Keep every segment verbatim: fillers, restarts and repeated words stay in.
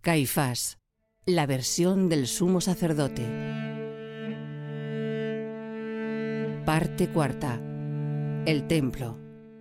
Caifás, la versión del sumo sacerdote. Parte cuarta. El templo.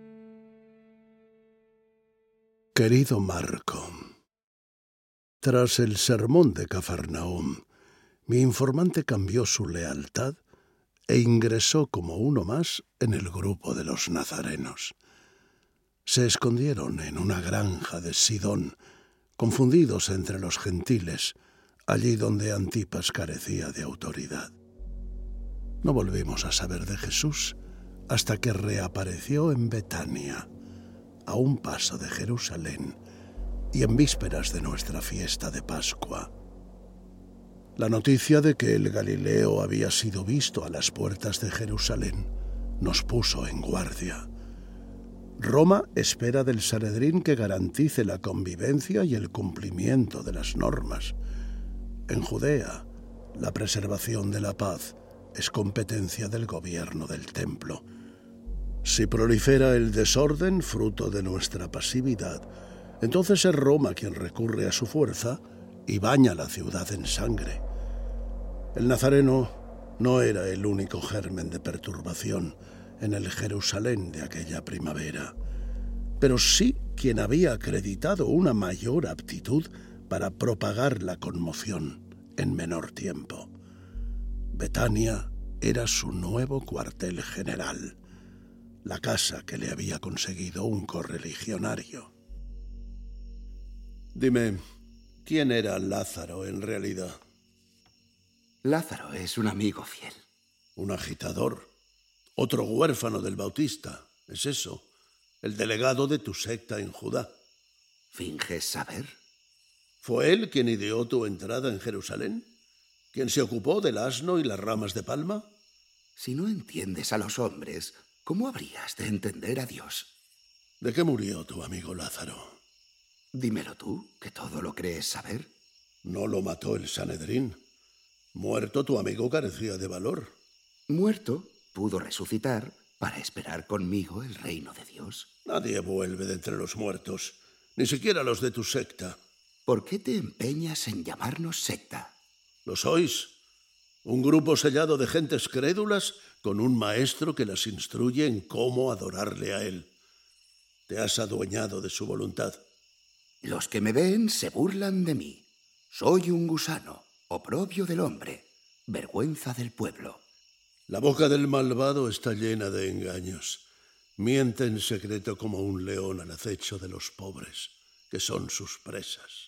Querido Marco, tras el sermón de Cafarnaúm, mi informante cambió su lealtad e ingresó como uno más en el grupo de los nazarenos. Se escondieron en una granja de Sidón, confundidos entre los gentiles, allí donde Antipas carecía de autoridad. No volvimos a saber de Jesús hasta que reapareció en Betania, a un paso de Jerusalén y en vísperas de nuestra fiesta de Pascua. La noticia de que el Galileo había sido visto a las puertas de Jerusalén nos puso en guardia. Roma espera del Sanedrín que garantice la convivencia y el cumplimiento de las normas. En Judea, la preservación de la paz es competencia del gobierno del templo. Si prolifera el desorden, fruto de nuestra pasividad, entonces es Roma quien recurre a su fuerza y baña la ciudad en sangre. El nazareno no era el único germen de perturbación en el Jerusalén de aquella primavera, pero sí quien había acreditado una mayor aptitud para propagar la conmoción en menor tiempo. Betania era su nuevo cuartel general, la casa que le había conseguido un correligionario. Dime, ¿quién era Lázaro en realidad? Lázaro es un amigo fiel. Un agitador. Otro huérfano del Bautista. ¿Es eso? El delegado de tu secta en Judá. ¿Finges saber? ¿Fue él quien ideó tu entrada en Jerusalén? ¿Quien se ocupó del asno y las ramas de palma? Si no entiendes a los hombres, ¿cómo habrías de entender a Dios? ¿De qué murió tu amigo Lázaro? Dímelo tú, que todo lo crees saber. No lo mató el Sanedrín. Muerto, tu amigo carecía de valor. Muerto, pudo resucitar para esperar conmigo el reino de Dios. Nadie vuelve de entre los muertos, ni siquiera los de tu secta. ¿Por qué te empeñas en llamarnos secta? ¿Lo sois? Un grupo sellado de gentes crédulas con un maestro que las instruye en cómo adorarle a él. Te has adueñado de su voluntad. Los que me ven se burlan de mí. Soy un gusano, oprobio del hombre, vergüenza del pueblo. La boca del malvado está llena de engaños. Miente en secreto como un león al acecho de los pobres, que son sus presas.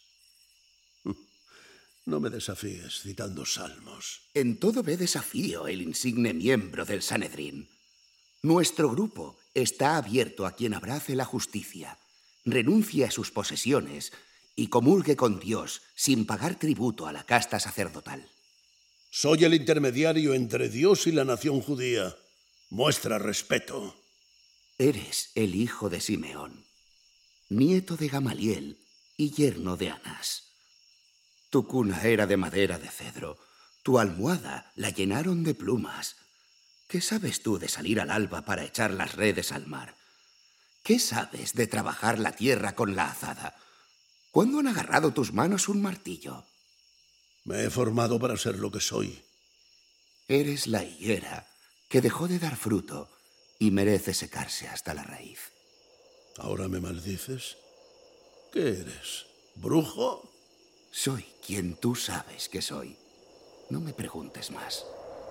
No me desafíes citando salmos. En todo ve desafío el insigne miembro del Sanedrín. Nuestro grupo está abierto a quien abrace la justicia, renuncie a sus posesiones y comulgue con Dios sin pagar tributo a la casta sacerdotal. Soy el intermediario entre Dios y la nación judía. Muestra respeto. Eres el hijo de Simeón, nieto de Gamaliel y yerno de Anás. Tu cuna era de madera de cedro, tu almohada la llenaron de plumas. ¿Qué sabes tú de salir al alba para echar las redes al mar? ¿Qué sabes de trabajar la tierra con la azada? ¿Cuándo han agarrado tus manos un martillo? Me he formado para ser lo que soy. Eres la higuera que dejó de dar fruto y merece secarse hasta la raíz. ¿Ahora me maldices? ¿Qué eres? ¿Brujo? Soy quien tú sabes que soy. No me preguntes más.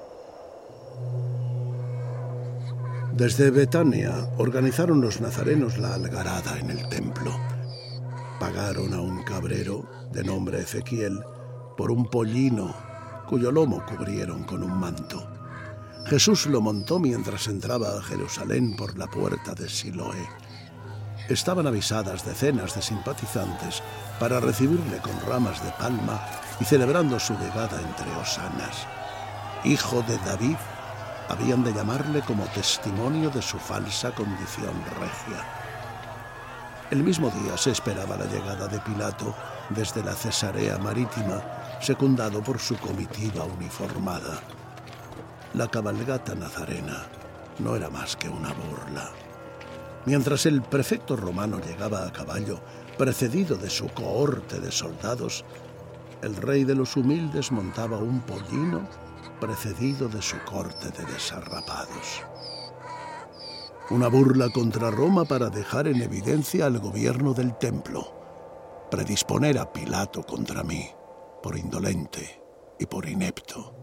Desde Betania organizaron los nazarenos la algarada en el templo. Pagaron a un cabrero, de nombre Ezequiel, por un pollino, cuyo lomo cubrieron con un manto. Jesús lo montó mientras entraba a Jerusalén por la puerta de Siloé. Estaban avisadas decenas de simpatizantes para recibirle con ramas de palma y celebrando su llegada entre hosanas. Hijo de David, habían de llamarle como testimonio de su falsa condición regia. El mismo día se esperaba la llegada de Pilato desde la Cesarea Marítima, secundado por su comitiva uniformada. La cabalgata nazarena no era más que una burla. Mientras el prefecto romano llegaba a caballo, precedido de su cohorte de soldados, el rey de los humildes montaba un pollino precedido de su corte de desarrapados. Una burla contra Roma para dejar en evidencia al gobierno del templo, predisponer a Pilato contra mí, por indolente y por inepto.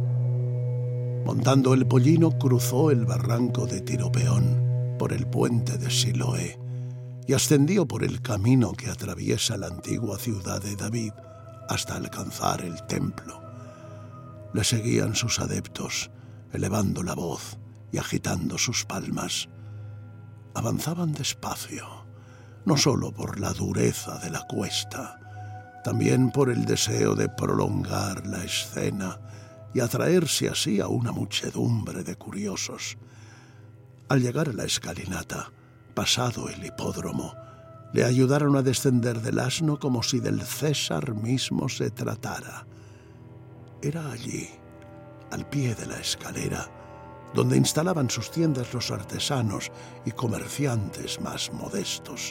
Montando el pollino, cruzó el barranco de Tiropeón por el puente de Siloé y ascendió por el camino que atraviesa la antigua ciudad de David hasta alcanzar el templo. Le seguían sus adeptos, elevando la voz y agitando sus palmas. Avanzaban despacio, no solo por la dureza de la cuesta, también por el deseo de prolongar la escena y atraerse así a una muchedumbre de curiosos. Al llegar a la escalinata, pasado el hipódromo, le ayudaron a descender del asno como si del César mismo se tratara. Era allí, al pie de la escalera, donde instalaban sus tiendas los artesanos y comerciantes más modestos.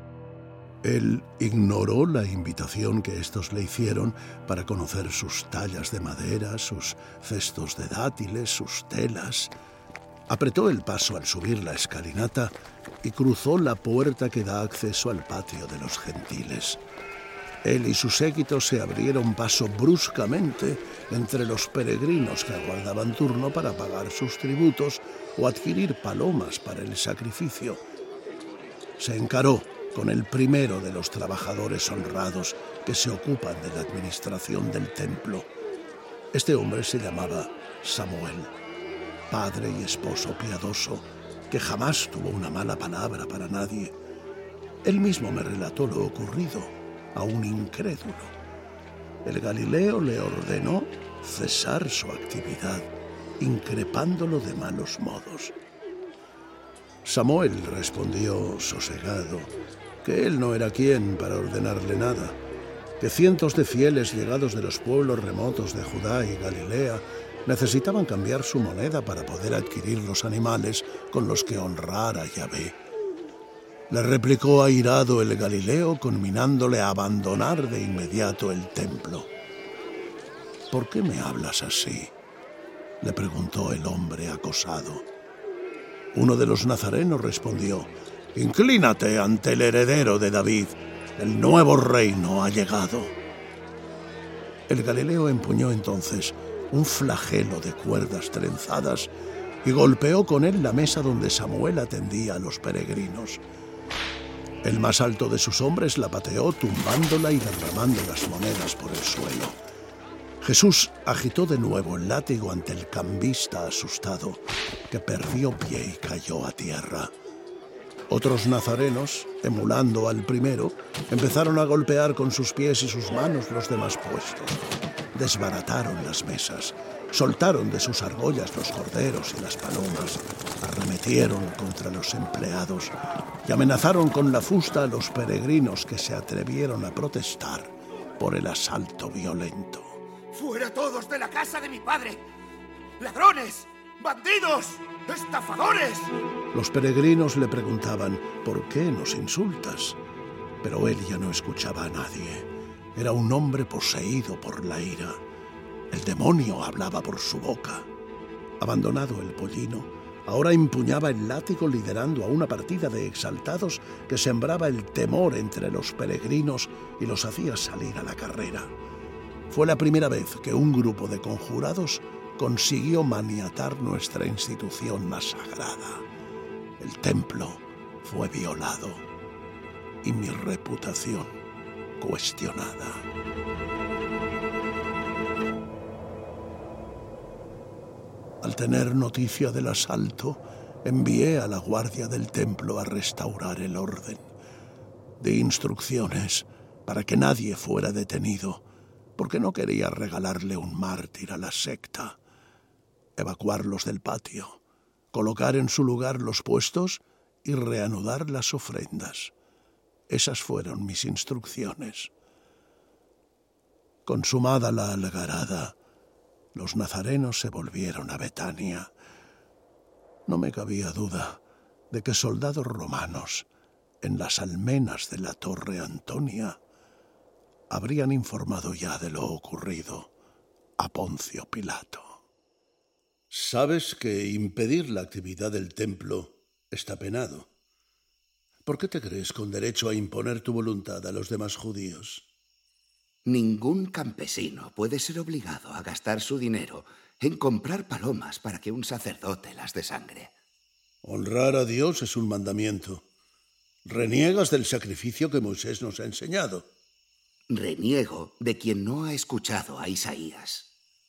Él ignoró la invitación que éstos le hicieron para conocer sus tallas de madera, sus cestos de dátiles, sus telas. Apretó el paso al subir la escalinata y cruzó la puerta que da acceso al patio de los gentiles. Él y su séquito se abrieron paso bruscamente entre los peregrinos que aguardaban turno para pagar sus tributos o adquirir palomas para el sacrificio. Se encaró con el primero de los trabajadores honrados que se ocupan de la administración del templo. Este hombre se llamaba Samuel, padre y esposo piadoso, que jamás tuvo una mala palabra para nadie. Él mismo me relató lo ocurrido a un incrédulo. El Galileo le ordenó cesar su actividad, increpándolo de malos modos. Samuel respondió sosegado que él no era quien para ordenarle nada, que cientos de fieles llegados de los pueblos remotos de Judá y Galilea necesitaban cambiar su moneda para poder adquirir los animales con los que honrar a Yahvé. Le replicó airado el Galileo, conminándole a abandonar de inmediato el templo. «¿Por qué me hablas así?», le preguntó el hombre acosado. Uno de los nazarenos respondió: «Inclínate ante el heredero de David, el nuevo reino ha llegado». El Galileo empuñó entonces un flagelo de cuerdas trenzadas y golpeó con él la mesa donde Samuel atendía a los peregrinos. El más alto de sus hombres la pateó, tumbándola y derramando las monedas por el suelo. Jesús agitó de nuevo el látigo ante el cambista asustado, que perdió pie y cayó a tierra. Otros nazarenos, emulando al primero, empezaron a golpear con sus pies y sus manos los demás puestos. Desbarataron las mesas, soltaron de sus argollas los corderos y las palomas, arremetieron contra los empleados y amenazaron con la fusta a los peregrinos que se atrevieron a protestar por el asalto violento. ¡Fuera todos de la casa de mi padre! ¡Ladrones! ¡Bandidos! ¡Estafadores! Los peregrinos le preguntaban: ¿por qué nos insultas? Pero él ya no escuchaba a nadie. Era un hombre poseído por la ira. El demonio hablaba por su boca. Abandonado el pollino, ahora empuñaba el látigo liderando a una partida de exaltados que sembraba el temor entre los peregrinos y los hacía salir a la carrera. Fue la primera vez que un grupo de conjurados consiguió maniatar nuestra institución más sagrada. El templo fue violado y mi reputación cuestionada. Al tener noticia del asalto, envié a la guardia del templo a restaurar el orden. Di instrucciones para que nadie fuera detenido, porque no quería regalarle un mártir a la secta. Evacuarlos del patio, colocar en su lugar los puestos y reanudar las ofrendas. Esas fueron mis instrucciones. Consumada la algarada, los nazarenos se volvieron a Betania. No me cabía duda de que soldados romanos en las almenas de la Torre Antonia habrían informado ya de lo ocurrido a Poncio Pilato. Sabes que impedir la actividad del templo está penado. ¿Por qué te crees con derecho a imponer tu voluntad a los demás judíos? Ningún campesino puede ser obligado a gastar su dinero en comprar palomas para que un sacerdote las desangre. Honrar a Dios es un mandamiento. Reniegas del sacrificio que Moisés nos ha enseñado. Reniego de quien no ha escuchado a Isaías.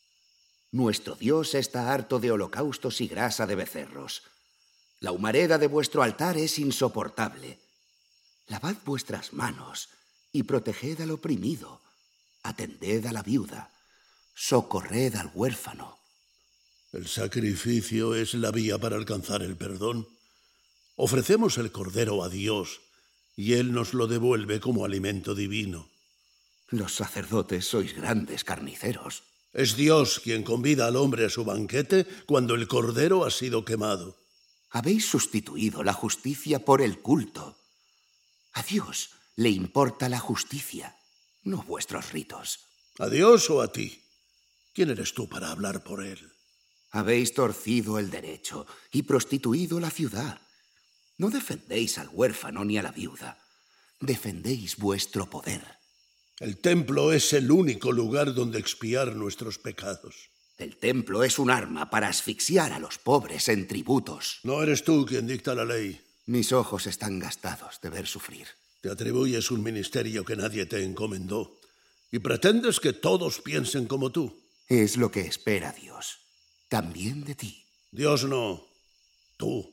Nuestro Dios está harto de holocaustos y grasa de becerros. La humareda de vuestro altar es insoportable. Lavad vuestras manos y proteged al oprimido. Atended a la viuda. Socorred al huérfano. El sacrificio es la vía para alcanzar el perdón. Ofrecemos el cordero a Dios y Él nos lo devuelve como alimento divino. Los sacerdotes sois grandes carniceros. Es Dios quien convida al hombre a su banquete cuando el cordero ha sido quemado. Habéis sustituido la justicia por el culto. A Dios le importa la justicia, no vuestros ritos. ¿A Dios o a ti? ¿Quién eres tú para hablar por Él? Habéis torcido el derecho y prostituido la ciudad. No defendéis al huérfano ni a la viuda. Defendéis vuestro poder. El templo es el único lugar donde expiar nuestros pecados. El templo es un arma para asfixiar a los pobres en tributos. No eres tú quien dicta la ley. Mis ojos están gastados de ver sufrir. Te atribuyes un ministerio que nadie te encomendó y pretendes que todos piensen como tú. Es lo que espera Dios. También de ti. Dios no. Tú.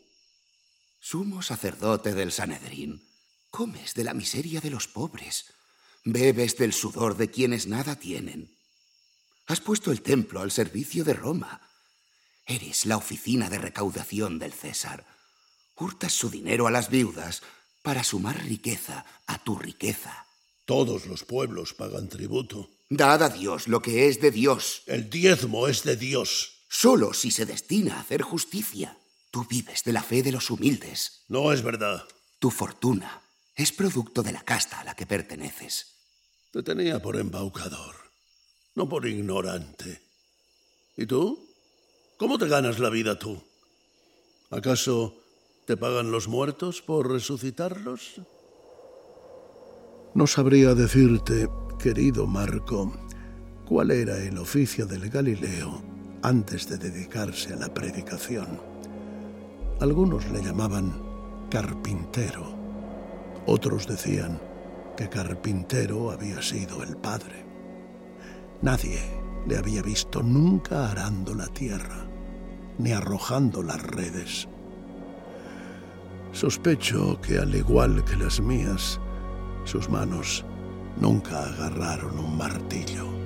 Sumo sacerdote del Sanedrín, comes de la miseria de los pobres. Bebes del sudor de quienes nada tienen. Has puesto el templo al servicio de Roma. Eres la oficina de recaudación del César. Hurtas su dinero a las viudas para sumar riqueza a tu riqueza. Todos los pueblos pagan tributo. Dad a Dios lo que es de Dios. El diezmo es de Dios. Solo si se destina a hacer justicia. Tú vives de la fe de los humildes. No es verdad. Tu fortuna es producto de la casta a la que perteneces. Te tenía por embaucador, no por ignorante. ¿Y tú? ¿Cómo te ganas la vida tú? ¿Acaso te pagan los muertos por resucitarlos? No sabría decirte, querido Marco, cuál era el oficio del Galileo antes de dedicarse a la predicación. Algunos le llamaban carpintero. Otros decían que carpintero había sido el padre. Nadie le había visto nunca arando la tierra, ni arrojando las redes. Sospecho que, al igual que las mías, sus manos nunca agarraron un martillo.